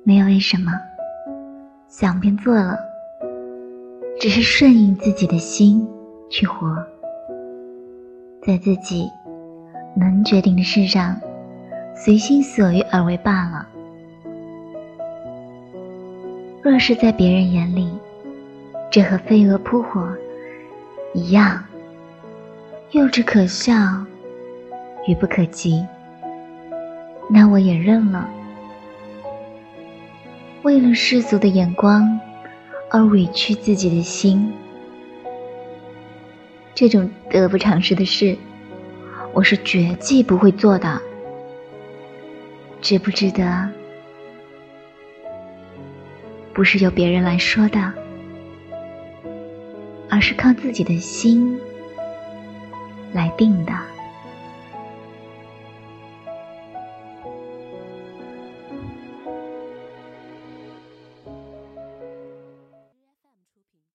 没有为什么，想便做了，只是顺应自己的心去活，在自己能决定的事上随心所欲而为罢了。若是在别人眼里，这和飞蛾扑火一样，幼稚可笑，愚不可及，那我也认了。为了世俗的眼光而委屈自己的心，这种得不偿失的事，我是绝技不会做的。值不值得，不是由别人来说的，而是靠自己的心来定的。